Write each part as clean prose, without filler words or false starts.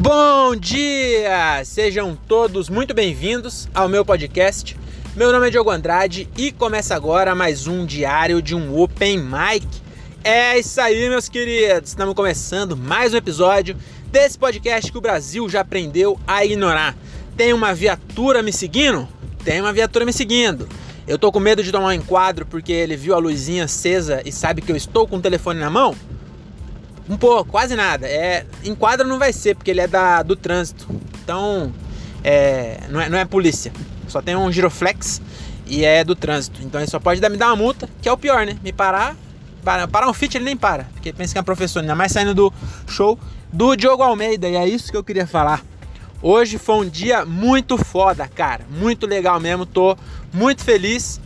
Bom dia! Sejam todos muito bem-vindos ao meu podcast. Meu nome é Diogo Andrade e começa agora mais um diário de um Open Mic. É isso aí, meus queridos! Estamos começando mais um episódio desse podcast que o Brasil já aprendeu a ignorar. Tem uma viatura me seguindo? Tem uma viatura me seguindo. Eu tô com medo de tomar um enquadro porque ele viu a luzinha acesa e sabe que eu estou com o telefone na mão? Um pouco, quase nada. Enquadro não vai ser, porque ele é do trânsito. Então, não é polícia. Só tem um giroflex e é do trânsito. Então ele só pode me dar uma multa, que é o pior, né? Me parar um fit ele nem para. Porque pensa que é professor, ainda mais saindo do show do Diogo Almeida. E é isso que eu queria falar. Hoje foi um dia muito foda, cara. Muito legal mesmo, tô muito feliz.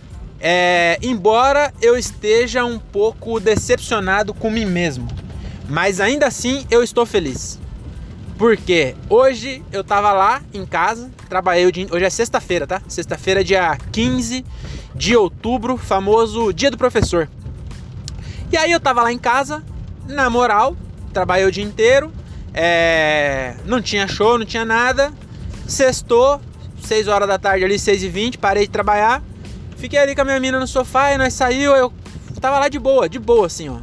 Embora eu esteja um pouco decepcionado com mim mesmo. Mas ainda assim eu estou feliz. Porque hoje eu tava lá em casa, trabalhei o dia. Hoje é sexta-feira, tá? Sexta-feira, dia 15 de outubro, famoso dia do professor. E aí eu tava lá em casa, na moral, trabalhei o dia inteiro. Não tinha show, não tinha nada. Sextou, 6 horas da tarde ali, 6h20, parei de trabalhar. Fiquei ali com a minha mina no sofá e nós saímos, eu tava lá de boa assim, ó.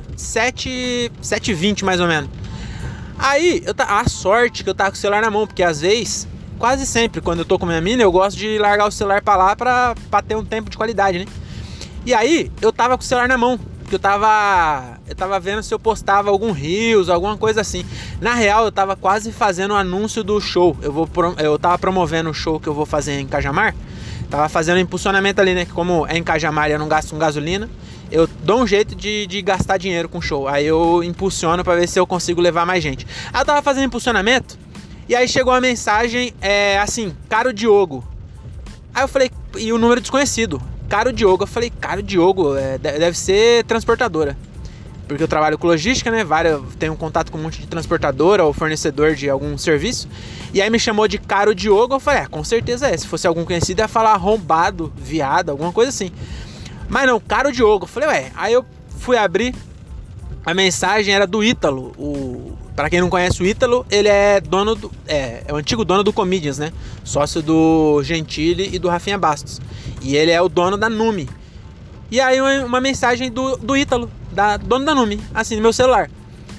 7h20 mais ou menos. Aí, a sorte que eu tava com o celular na mão, porque às vezes, quase sempre, quando eu tô com minha mina, eu gosto de largar o celular pra lá pra ter um tempo de qualidade, né? E aí, eu tava com o celular na mão, porque eu tava vendo se eu postava algum reels, alguma coisa assim. Na real, eu tava quase fazendo o anúncio do show. Eu tava promovendo o show que eu vou fazer em Cajamar. Tava fazendo impulsionamento ali, né? Que como é em Cajamar e eu não gasto com gasolina, eu dou um jeito de gastar dinheiro com show. Aí eu impulsiono pra ver se eu consigo levar mais gente. Aí eu tava fazendo impulsionamento e aí chegou uma mensagem, assim, Caro Diogo. Aí eu falei, e o número desconhecido, Caro Diogo. Eu falei, Caro Diogo, deve ser transportadora. Porque eu trabalho com logística, né? Tenho contato com um monte de transportadora ou fornecedor de algum serviço. E aí me chamou de Caro Diogo. Eu falei, com certeza é. Se fosse algum conhecido, ia falar arrombado, viado, alguma coisa assim. Mas não, Caro Diogo. Eu falei, Aí eu fui abrir, a mensagem era do Ítalo. Pra quem não conhece o Ítalo, ele é dono é o antigo dono do Comedians, né? Sócio do Gentili e do Rafinha Bastos. E ele é o dono da Nume. E aí uma mensagem do Ítalo, dono da Nume, assim, no meu celular.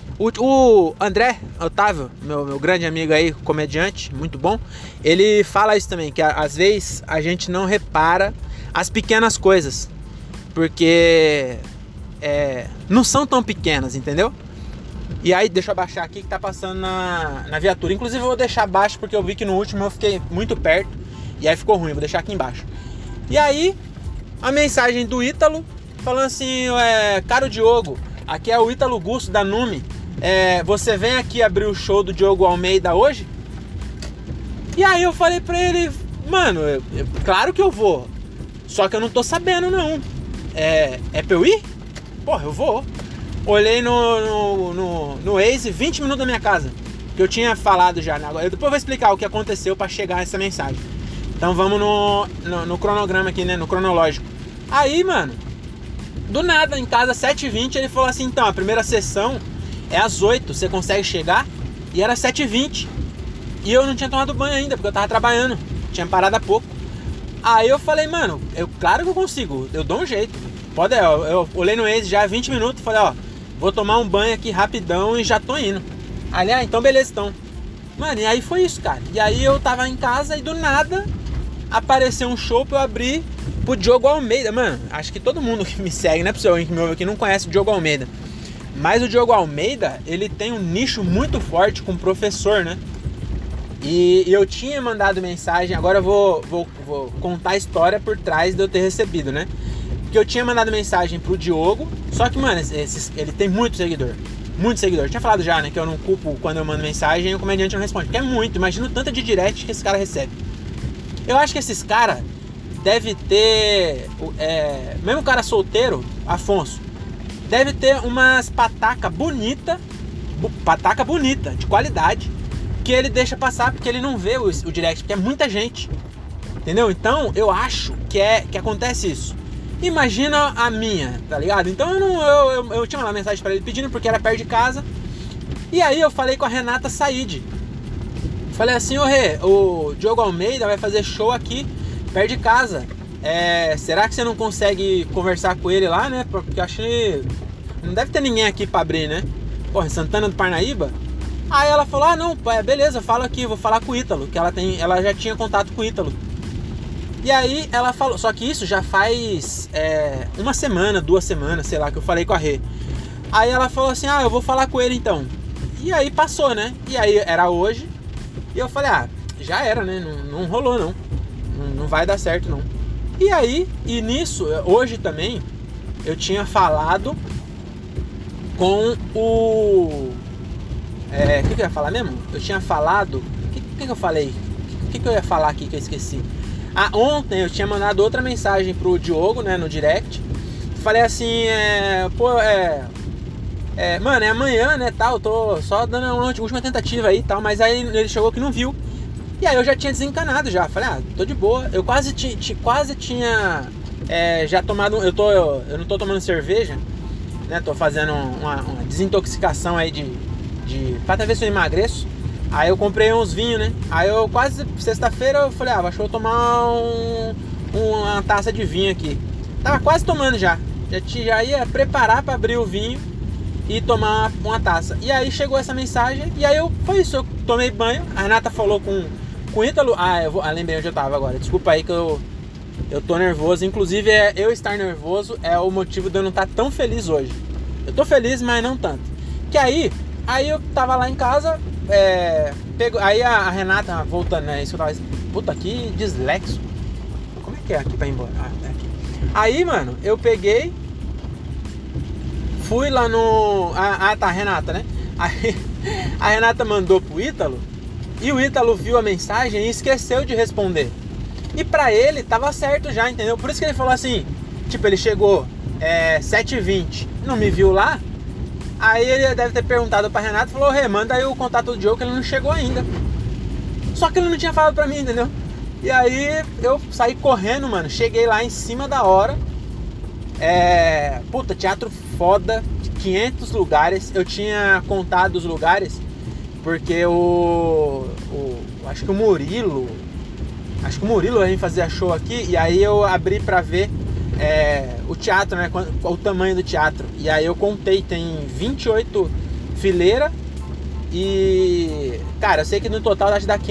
O André Otávio, meu grande amigo aí, comediante, muito bom, ele fala isso também, que às vezes a gente não repara as pequenas coisas. Porque não são tão pequenas, entendeu? E aí, deixa eu abaixar aqui que tá passando na viatura. Inclusive eu vou deixar abaixo porque eu vi que no último eu fiquei muito perto. E aí ficou ruim, vou deixar aqui embaixo. E aí, a mensagem do Ítalo falando assim, Caro Diogo, aqui é o Ítalo Gusto da Nume. Você vem aqui abrir o show do Diogo Almeida hoje? E aí eu falei pra ele, mano, claro que eu vou. Só que eu não tô sabendo não. É pra eu ir? Porra, eu vou. Olhei no Waze, 20 minutos da minha casa. Que eu tinha falado já, né? Agora, depois eu vou explicar o que aconteceu pra chegar essa mensagem. Então vamos no cronograma aqui, né? No cronológico. Aí, mano, do nada, em casa, 7h20, ele falou assim, então, a primeira sessão é às 8, você consegue chegar? E era 7h20. E eu não tinha tomado banho ainda, porque eu tava trabalhando. Tinha parado há pouco. Aí eu falei, mano, claro que eu consigo, eu dou um jeito. Eu olhei no Waze já 20 minutos, falei, vou tomar um banho aqui rapidão e já tô indo. Ali, então beleza, então. Mano, e aí foi isso, cara. E aí eu tava em casa e do nada apareceu um show pra eu abrir pro Diogo Almeida. Mano, acho que todo mundo que me segue, né, pessoal, que me ouve aqui, não conhece o Diogo Almeida. Mas o Diogo Almeida, ele tem um nicho muito forte com professor, né? E eu tinha mandado mensagem, agora eu vou contar a história por trás de eu ter recebido, né? Porque eu tinha mandado mensagem pro Diogo, só que, mano, ele tem muito seguidor. Muito seguidor. Eu tinha falado já, né, que eu não culpo quando eu mando mensagem e o comediante não responde. Porque é muito, imagina o tanto de direct que esse cara recebe. Eu acho que esses caras devem ter, mesmo o cara solteiro, Afonso, deve ter umas pataca bonita, de qualidade, que ele deixa passar porque ele não vê o direct, porque é muita gente, entendeu? Então eu acho que acontece isso. Imagina a minha, tá ligado? Então eu tinha mandado mensagem pra ele pedindo porque era perto de casa. E aí eu falei com a Renata Said. Falei assim, ô Rê, o Diogo Almeida vai fazer show aqui perto de casa. Será que você não consegue conversar com ele lá, né? Porque eu acho que não deve ter ninguém aqui pra abrir, né? Porra, em Santana do Parnaíba. Aí ela falou, não, beleza, fala aqui, vou falar com o Ítalo, que ela já tinha contato com o Ítalo. E aí ela falou, só que isso já faz 1 semana, 2 semanas, sei lá, que eu falei com a Rê. Aí ela falou assim, eu vou falar com ele então. E aí passou, né? E aí era hoje. E eu falei, já era, né? Não rolou não. Não vai dar certo não. E aí, nisso, hoje também, eu tinha falado com o... O que eu ia falar mesmo? Eu tinha falado... O que eu falei? O que eu ia falar aqui que eu esqueci? Ontem eu tinha mandado outra mensagem pro Diogo, né, no direct. Falei assim, mano, é amanhã, né, tal, eu tô só dando uma última tentativa aí, tal, mas aí ele chegou que não viu. E aí eu já tinha desencanado já, falei, tô de boa. Eu quase tinha já tomado, eu não tô tomando cerveja, né, tô fazendo uma desintoxicação aí pra ver se eu emagreço. Aí eu comprei uns vinhos, né, aí eu quase, sexta-feira eu falei, acho que eu vou tomar uma taça de vinho aqui. Tava quase tomando já ia preparar pra abrir o vinho e tomar uma taça. E aí chegou essa mensagem e aí foi isso, eu tomei banho. A Renata falou com o Ítalo. Lembrei onde eu tava agora. Desculpa aí que eu tô nervoso. Inclusive, eu estar nervoso é o motivo de eu não estar tão feliz hoje. Eu tô feliz, mas não tanto. Que aí eu tava lá em casa, aí a Renata voltando, né? Isso que eu tava... Puta, que dislexo. Como é que é aqui pra ir embora? É aqui. Aí, mano, eu peguei, fui lá no... tá, Renata, né? Aí a Renata mandou pro Ítalo e o Ítalo viu a mensagem e esqueceu de responder. E pra ele tava certo já, entendeu? Por isso que ele falou assim, tipo, ele chegou 7h20, não me viu lá. Aí ele deve ter perguntado pra Renata e falou, manda aí o contato do Diogo que ele não chegou ainda. Só que ele não tinha falado pra mim, entendeu? E aí eu saí correndo, mano. Cheguei lá em cima da hora. Puta, teatro foda, de 500 lugares. Eu tinha contado os lugares porque acho que o Murilo vem fazer show aqui. E aí eu abri pra ver o teatro, né, o tamanho do teatro. E aí eu contei, tem 28 fileiras. E, cara, eu sei que no total acho que dá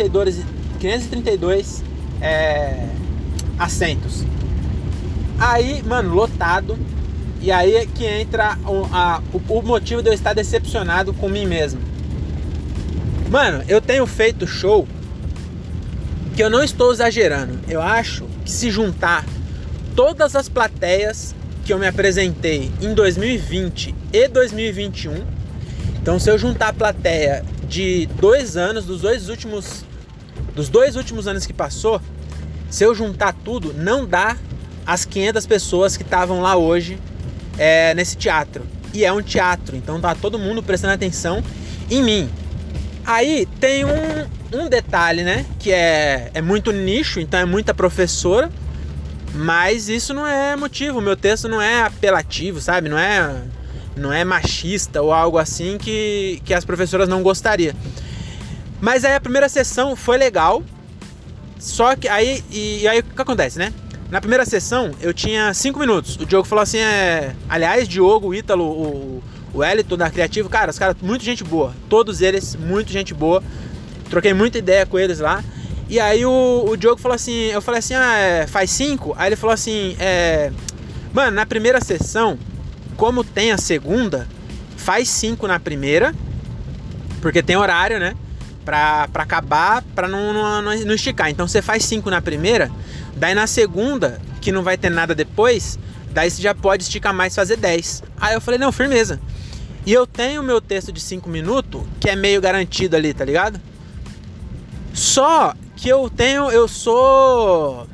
532 assentos. Aí, mano, lotado. E aí é que entra o motivo de eu estar decepcionado com mim mesmo. Mano, eu tenho feito show que eu não estou exagerando. Eu acho que se juntar todas as plateias que eu me apresentei em 2020 e 2021, então se eu juntar a plateia de 2 anos, dos dois últimos anos que passou, se eu juntar tudo, não dá as 500 pessoas que estavam lá hoje nesse teatro. E é um teatro, então tá todo mundo prestando atenção em mim. Aí tem um detalhe, né, que é muito nicho, então é muita professora, mas isso não é motivo. O meu texto não é apelativo, sabe? Não é machista ou algo assim que as professoras não gostariam. Mas aí a primeira sessão foi legal. Só que aí o que acontece, né? Na primeira sessão eu tinha 5 minutos. O Diogo falou assim, aliás, Diogo, o Ítalo, o Elito da Criativo, cara, os caras, muito gente boa. Todos eles, muito gente boa. Troquei muita ideia com eles lá. E aí o Diogo falou assim, eu falei assim, faz 5? Aí ele falou assim, mano, na primeira sessão, como tem a segunda, faz 5 na primeira, porque tem horário, né? Pra acabar, pra não esticar. Então você faz 5 na primeira, daí na segunda, que não vai ter nada depois, daí você já pode esticar mais, fazer 10. Aí eu falei, não, firmeza. E eu tenho o meu texto de 5 minutos, que é meio garantido ali, tá ligado? Só que eu sou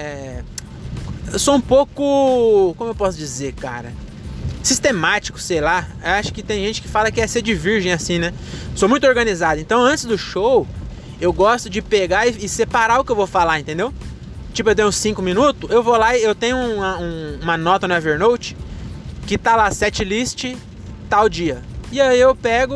um pouco, como eu posso dizer, cara, sistemático, sei lá. Eu acho que tem gente que fala que é ser de virgem assim, né? Sou muito organizado. Então antes do show, eu gosto de pegar e separar o que eu vou falar, entendeu? Tipo, eu dei uns 5 minutos, eu vou lá e eu tenho uma nota no Evernote que tá lá, setlist, tal dia. E aí eu pego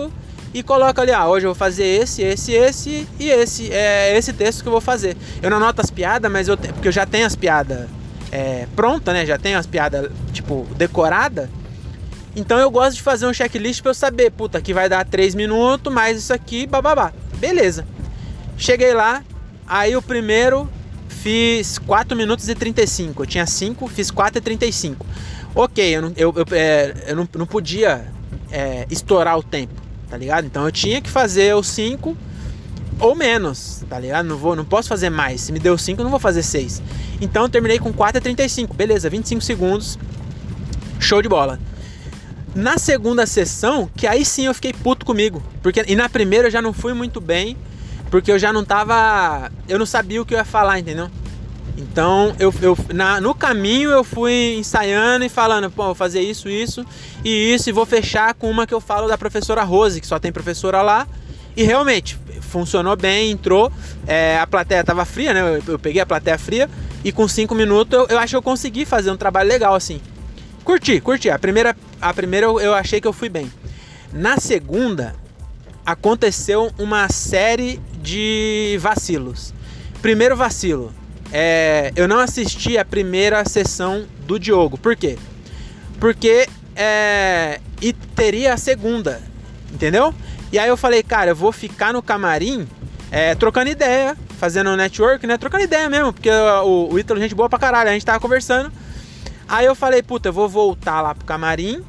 e coloco ali, hoje eu vou fazer esse e esse. É esse texto que eu vou fazer. Eu não anoto as piadas, mas porque eu já tenho as piadas prontas, né? Já tenho as piadas, tipo, decoradas. Então eu gosto de fazer um checklist pra eu saber, puta, aqui vai dar 3 minutos, mais isso aqui, bababá. Beleza. Cheguei lá, aí o primeiro fiz 4 minutos e 35. Eu tinha 5, fiz 4 e 35. Ok, eu não podia estourar o tempo, tá ligado? Então eu tinha que fazer os 5 ou menos, tá ligado? Não posso fazer mais. Se me deu 5, eu não vou fazer 6. Então eu terminei com 4 e 35. Beleza, 25 segundos. Show de bola. Na segunda sessão, que aí sim eu fiquei puto comigo. E na primeira eu já não fui muito bem, porque eu já não tava... Eu não sabia o que eu ia falar, entendeu? Então, no caminho eu fui ensaiando e falando, pô, vou fazer isso e vou fechar com uma que eu falo da professora Rose, que só tem professora lá. E realmente, funcionou bem, entrou. A plateia tava fria, né? Eu peguei a plateia fria e com 5 minutos eu acho que eu consegui fazer um trabalho legal, assim. Curti. A primeira eu achei que eu fui bem. Na segunda, aconteceu uma série de vacilos. Primeiro vacilo. Eu não assisti a primeira sessão do Diogo. Por quê? Porque e teria a segunda, entendeu? E aí eu falei, cara, eu vou ficar no camarim trocando ideia, fazendo network, né? Trocando ideia mesmo, porque o Ítalo, gente boa pra caralho, a gente tava conversando. Aí eu falei, puta, eu vou voltar lá pro camarim.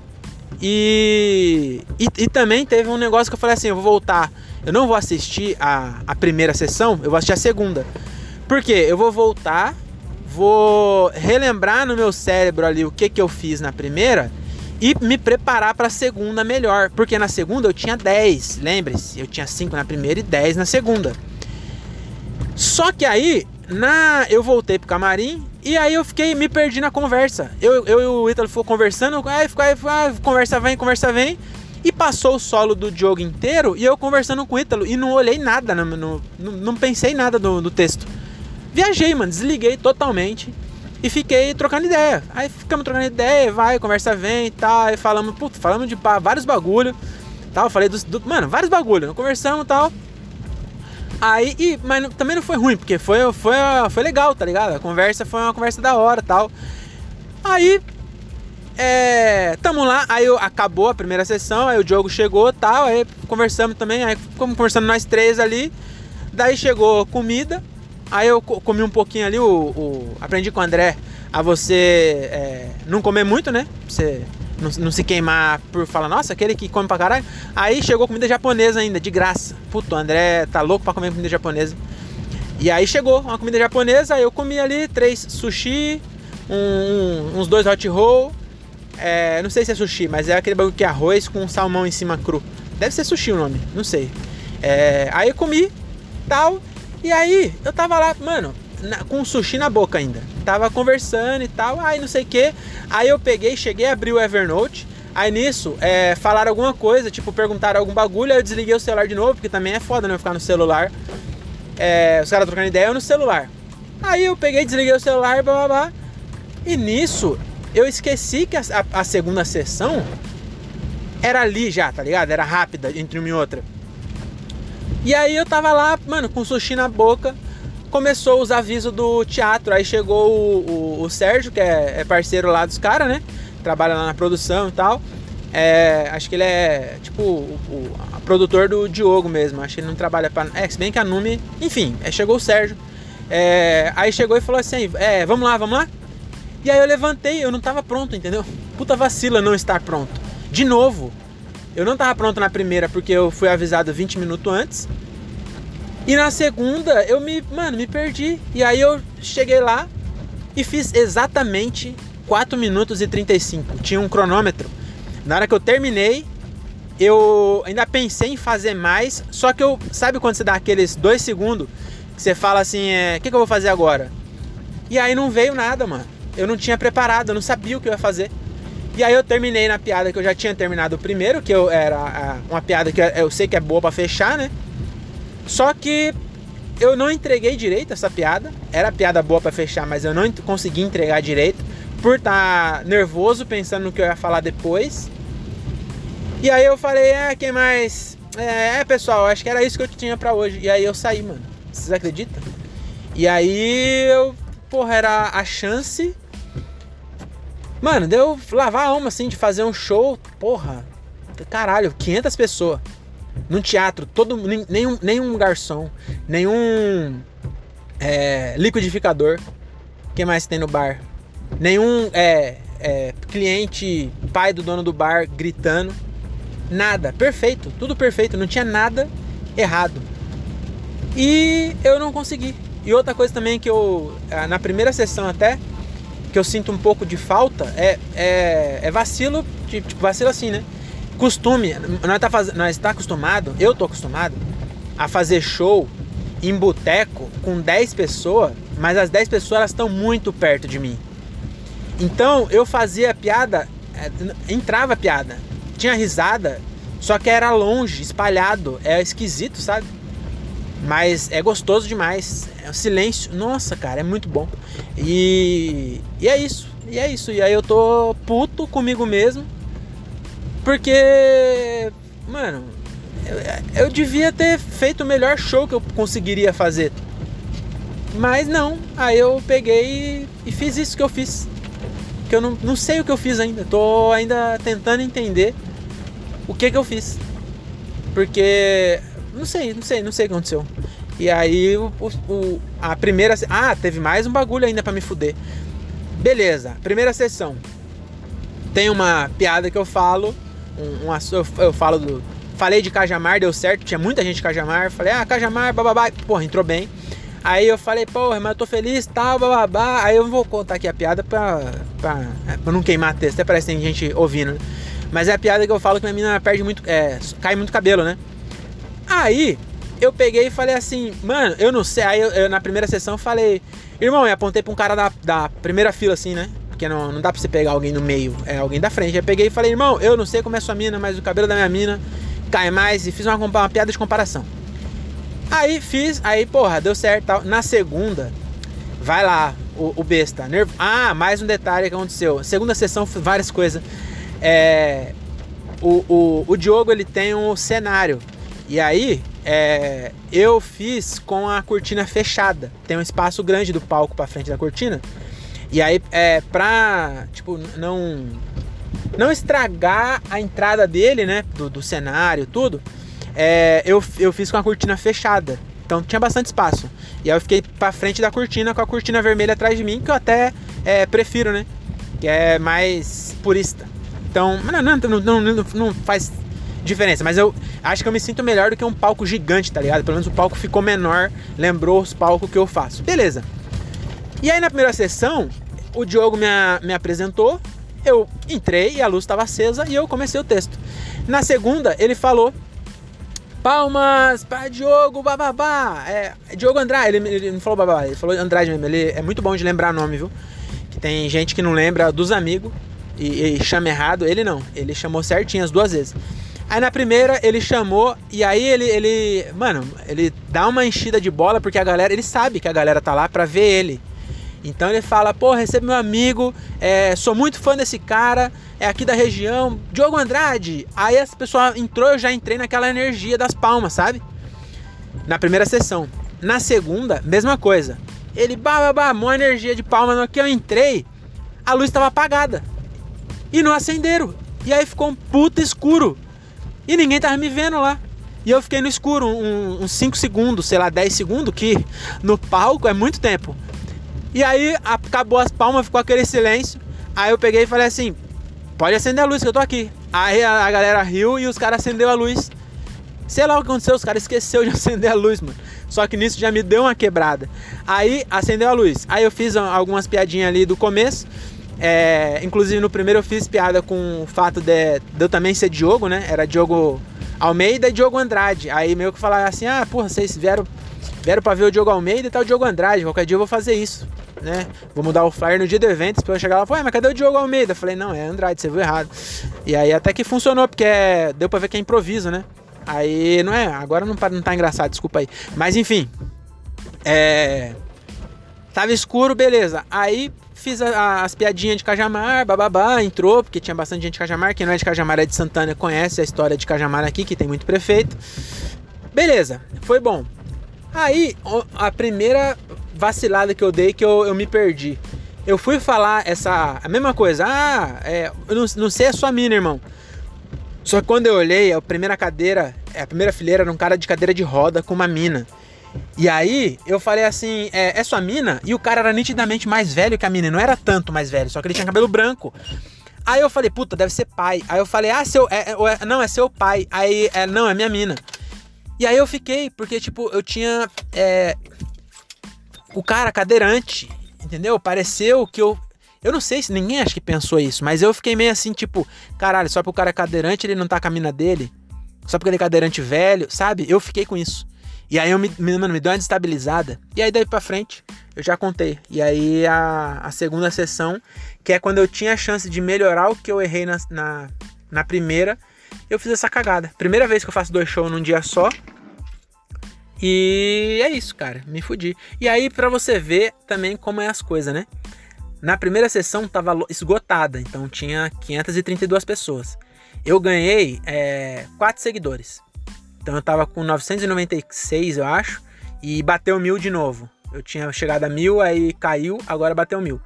E também teve um negócio que eu falei assim, eu vou voltar, eu não vou assistir a primeira sessão, eu vou assistir a segunda. Por quê? Eu vou voltar, vou relembrar no meu cérebro ali o que eu fiz na primeira e me preparar para a segunda melhor. Porque na segunda eu tinha 10, lembre-se, eu tinha 5 na primeira e 10 na segunda. Só que aí, eu voltei pro camarim e aí eu me perdi na conversa. Eu e o Ítalo ficou conversando, conversa vem. E passou o solo do Diogo inteiro e eu conversando com o Ítalo e não olhei nada, não pensei nada do texto. Viajei, mano, desliguei totalmente e fiquei trocando ideia. Aí ficamos trocando ideia, conversa vem e tal. Aí falamos de vários bagulho, tal. Falei mano, vários bagulho, conversamos e tal. Aí, mas também não foi ruim, porque foi legal, tá ligado? A conversa foi uma conversa da hora, tal. Aí, tamo lá, aí acabou a primeira sessão, aí o Diogo chegou, tal, aí conversamos também, aí ficamos conversando nós três ali. Daí chegou comida, aí eu comi um pouquinho ali, aprendi com o André a você não comer muito, né? Você não se queimar por falar, nossa, aquele que come pra caralho. Aí chegou comida japonesa ainda, de graça. Puto, o André tá louco pra comer comida japonesa. E aí chegou uma comida japonesa, aí eu comi ali 3 sushi, uns 2 hot roll. Não sei se é sushi, mas é aquele bagulho que é arroz com salmão em cima cru. Deve ser sushi o nome, não sei. Aí eu comi, tal. E aí eu tava lá, mano, com sushi na boca ainda. Tava conversando e tal, aí não sei o que. Aí eu cheguei a abrir o Evernote. Aí nisso, falaram alguma coisa, tipo, perguntaram algum bagulho. Aí eu desliguei o celular de novo, porque também é foda, né, eu ficar no celular. Os caras trocando ideia, eu no celular. Aí eu desliguei o celular, blá blá blá. E nisso, eu esqueci que a segunda sessão era ali já, tá ligado? Era rápida entre uma e outra. E aí eu tava lá, mano, com sushi na boca. Começou os avisos do teatro. Aí chegou o Sérgio, que é parceiro lá dos caras, né? Trabalha lá na produção e tal. Acho que ele é tipo o produtor do Diogo mesmo. Acho que ele não trabalha pra... se bem que a Numi... Enfim, chegou o Sérgio. Aí chegou e falou assim, vamos lá. E aí eu levantei, eu não tava pronto, entendeu? Puta vacila não estar pronto. De novo, eu não tava pronto na primeira porque eu fui avisado 20 minutos antes. E na segunda, eu me perdi. E aí eu cheguei lá e fiz exatamente 4 minutos e 35. Tinha um cronômetro. Na hora que eu terminei, eu ainda pensei em fazer mais. Só que sabe quando você dá aqueles 2 segundos que você fala assim, o que eu vou fazer agora? E aí não veio nada, mano. Eu não tinha preparado, eu não sabia o que eu ia fazer. E aí eu terminei na piada que eu já tinha terminado o primeiro, que era uma piada que eu sei que é boa pra fechar, né? Só que eu não entreguei direito essa piada. Era piada boa pra fechar, mas eu não consegui entregar direito por estar nervoso, pensando no que eu ia falar depois. E aí eu falei, quem mais? pessoal, acho que era isso que eu tinha pra hoje. E aí eu saí, mano. Vocês acreditam? E aí porra, era a chance, mano, de eu lavar a alma, assim, de fazer um show, porra, caralho, 500 pessoas num teatro, nenhum garçom, nenhum liquidificador, o que mais tem no bar? Nenhum cliente, pai do dono do bar gritando, nada, perfeito, tudo perfeito, não tinha nada errado. E eu não consegui. E outra coisa também que eu, na primeira sessão até, que eu sinto um pouco de falta, é vacilo, tipo vacilo assim, né? Costume, nós tá acostumado, eu tô acostumado a fazer show em boteco com 10 pessoas, mas as 10 pessoas elas estão muito perto de mim. Então eu fazia piada, entrava piada, tinha risada, só que era longe, espalhado, é esquisito, sabe? Mas é gostoso demais. É o silêncio. Nossa, cara, é muito bom. E é isso. E aí eu tô puto comigo mesmo. Porque, mano, eu devia ter feito o melhor show que eu conseguiria fazer. Mas não. Aí eu peguei e fiz isso que eu fiz. Que eu não sei o que eu fiz ainda. Tô ainda tentando entender o que eu fiz. Porque... Não sei o que aconteceu. E aí a primeira... teve mais um bagulho ainda pra me fuder. Beleza, primeira sessão. Tem uma piada que eu falo. Eu falo falei de Cajamar, deu certo. Tinha muita gente de Cajamar. Falei, Cajamar, bababá. Porra, entrou bem. Aí eu falei, porra, mas eu tô feliz, tal, bababá. Aí eu vou contar aqui a piada pra não queimar a texto. Até parece que tem gente ouvindo, né? Mas é a piada que eu falo que minha menina perde muito... cai muito cabelo, né? Aí, eu peguei e falei assim, mano, eu não sei. Aí, eu na primeira sessão, falei, irmão, eu apontei pra um cara da primeira fila, assim, né? Porque não dá pra você pegar alguém no meio, é alguém da frente. Aí, peguei e falei, irmão, eu não sei como é sua mina, mas o cabelo da minha mina cai mais. E fiz uma piada de comparação. Aí, porra, deu certo e tal. Na segunda, vai lá, o besta. Mais um detalhe que aconteceu. Segunda sessão, várias coisas. O Diogo, ele tem um cenário. E aí, eu fiz com a cortina fechada. Tem um espaço grande do palco pra frente da cortina. E aí, pra, tipo, não estragar a entrada dele, né, do cenário, tudo, eu fiz com a cortina fechada. Então tinha bastante espaço. E aí eu fiquei pra frente da cortina, com a cortina vermelha atrás de mim, que eu até prefiro, né, que é mais purista. Então, não faz... diferença, mas eu acho que eu me sinto melhor do que um palco gigante, tá ligado? Pelo menos o palco ficou menor, lembrou os palcos que eu faço. Beleza. E aí na primeira sessão, o Diogo me apresentou, eu entrei e a luz estava acesa e eu comecei o texto. Na segunda, ele falou, palmas para Diogo, bababá. Diogo Andrade, ele não falou bababá, ele falou Andrade mesmo, ele é muito bom de lembrar nome, viu? Que tem gente que não lembra dos amigos e chama errado, ele não, ele chamou certinho as duas vezes. Aí na primeira ele chamou e aí ele dá uma enchida de bola porque a galera, ele sabe que a galera tá lá pra ver ele. Então ele fala, pô, recebe meu amigo, sou muito fã desse cara, é aqui da região, Diogo Andrade. Aí as pessoas entrou, eu já entrei naquela energia das palmas, sabe? Na primeira sessão. Na segunda, mesma coisa. Ele, uma energia de palmas, no que eu entrei, a luz estava apagada. E não acenderam. E aí ficou um puta escuro. E ninguém tava me vendo lá. E eu fiquei no escuro uns 5 segundos, sei lá, 10 segundos, que no palco é muito tempo. E aí acabou as palmas, ficou aquele silêncio. Aí eu peguei e falei assim, pode acender a luz que eu tô aqui. Aí a galera riu e os caras acenderam a luz. Sei lá o que aconteceu, os caras esqueceram de acender a luz, mano. Só que nisso já me deu uma quebrada. Aí acendeu a luz. Aí eu fiz algumas piadinhas ali do começo. Inclusive no primeiro eu fiz piada com o fato de eu também ser Diogo, né? Era Diogo Almeida e Diogo Andrade. Aí meio que falaram assim, porra, vocês vieram pra ver o Diogo Almeida e tal, o Diogo Andrade. Qualquer dia eu vou fazer isso, né? Vou mudar o flyer no dia do evento, pra eu chegar lá, mas cadê o Diogo Almeida? Eu falei, não, é Andrade, você viu errado. E aí até que funcionou, porque deu pra ver que é improviso, né? Aí, não é, agora não tá engraçado, desculpa aí. Mas enfim, tava escuro, beleza. Aí fiz as piadinhas de Cajamar, bababá, entrou, porque tinha bastante gente de Cajamar. Quem não é de Cajamar, é de Santana, conhece a história de Cajamar aqui, que tem muito prefeito. Beleza, foi bom. Aí, a primeira vacilada que eu dei, que eu me perdi. Eu fui falar a mesma coisa. Eu não sei a sua mina, irmão. Só que quando eu olhei, a primeira fileira era um cara de cadeira de roda com uma mina. E aí, eu falei assim, é sua mina? E o cara era nitidamente mais velho que a mina, não era tanto mais velho, só que ele tinha cabelo branco. Aí eu falei, puta, deve ser pai. Aí eu falei, não, é seu pai. Aí, não, é minha mina. E aí eu fiquei, porque, tipo, eu tinha o cara cadeirante, entendeu? Pareceu que eu não sei se ninguém acha que pensou isso, mas eu fiquei meio assim, tipo, caralho, só porque o cara é cadeirante, ele não tá com a mina dele? Só porque ele é cadeirante velho, sabe? Eu fiquei com isso. E aí me deu uma desestabilizada. E aí daí pra frente, eu já contei. E aí a segunda sessão, que é quando eu tinha a chance de melhorar o que eu errei na primeira, eu fiz essa cagada. Primeira vez que eu faço 2 shows num dia só. E é isso, cara. Me fudi. E aí pra você ver também como é as coisas, né? Na primeira sessão tava esgotada, então tinha 532 pessoas. Eu ganhei 4 seguidores. Então eu tava com 996, eu acho, e bateu 1000 de novo. Eu tinha chegado a 1000, aí caiu, agora bateu 1000.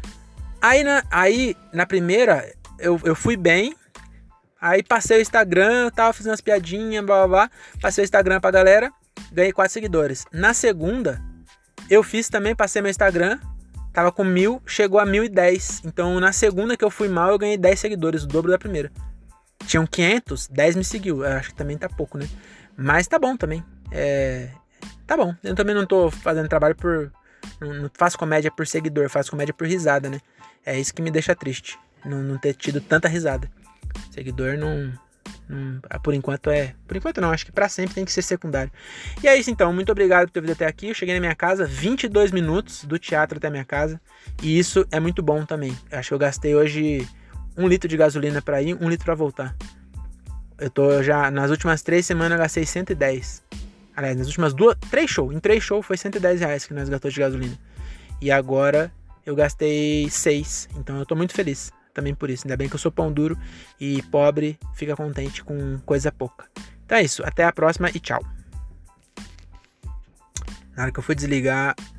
Aí na primeira eu fui bem, aí passei o Instagram, eu tava fazendo umas piadinhas, blá blá blá, passei o Instagram pra galera, ganhei 4 seguidores. Na segunda, eu fiz também, passei meu Instagram, tava com 1000, chegou a 1010. Então na segunda que eu fui mal, eu ganhei 10 seguidores, o dobro da primeira. Tinham 500, 10 me seguiu. Eu acho que também tá pouco, né? Mas tá bom também. Tá bom. Eu também não tô fazendo trabalho por... Não faço comédia por seguidor, faço comédia por risada, né? É isso que me deixa triste. Não ter tido tanta risada. Seguidor não... Por enquanto Por enquanto não, acho que pra sempre tem que ser secundário. E é isso então, muito obrigado por ter vindo até aqui. Eu cheguei na minha casa, 22 minutos do teatro até a minha casa. E isso é muito bom também. Acho que eu gastei hoje 1 litro de gasolina pra ir, 1 litro pra voltar. Eu tô já, nas últimas 3 semanas eu gastei 110. Aliás, nas últimas 3 shows. Em 3 shows foi 110 reais que nós gastamos de gasolina. E agora eu gastei 6. Então eu tô muito feliz também por isso. Ainda bem que eu sou pão duro e pobre fica contente com coisa pouca. Então é isso. Até a próxima e tchau. Na hora que eu fui desligar,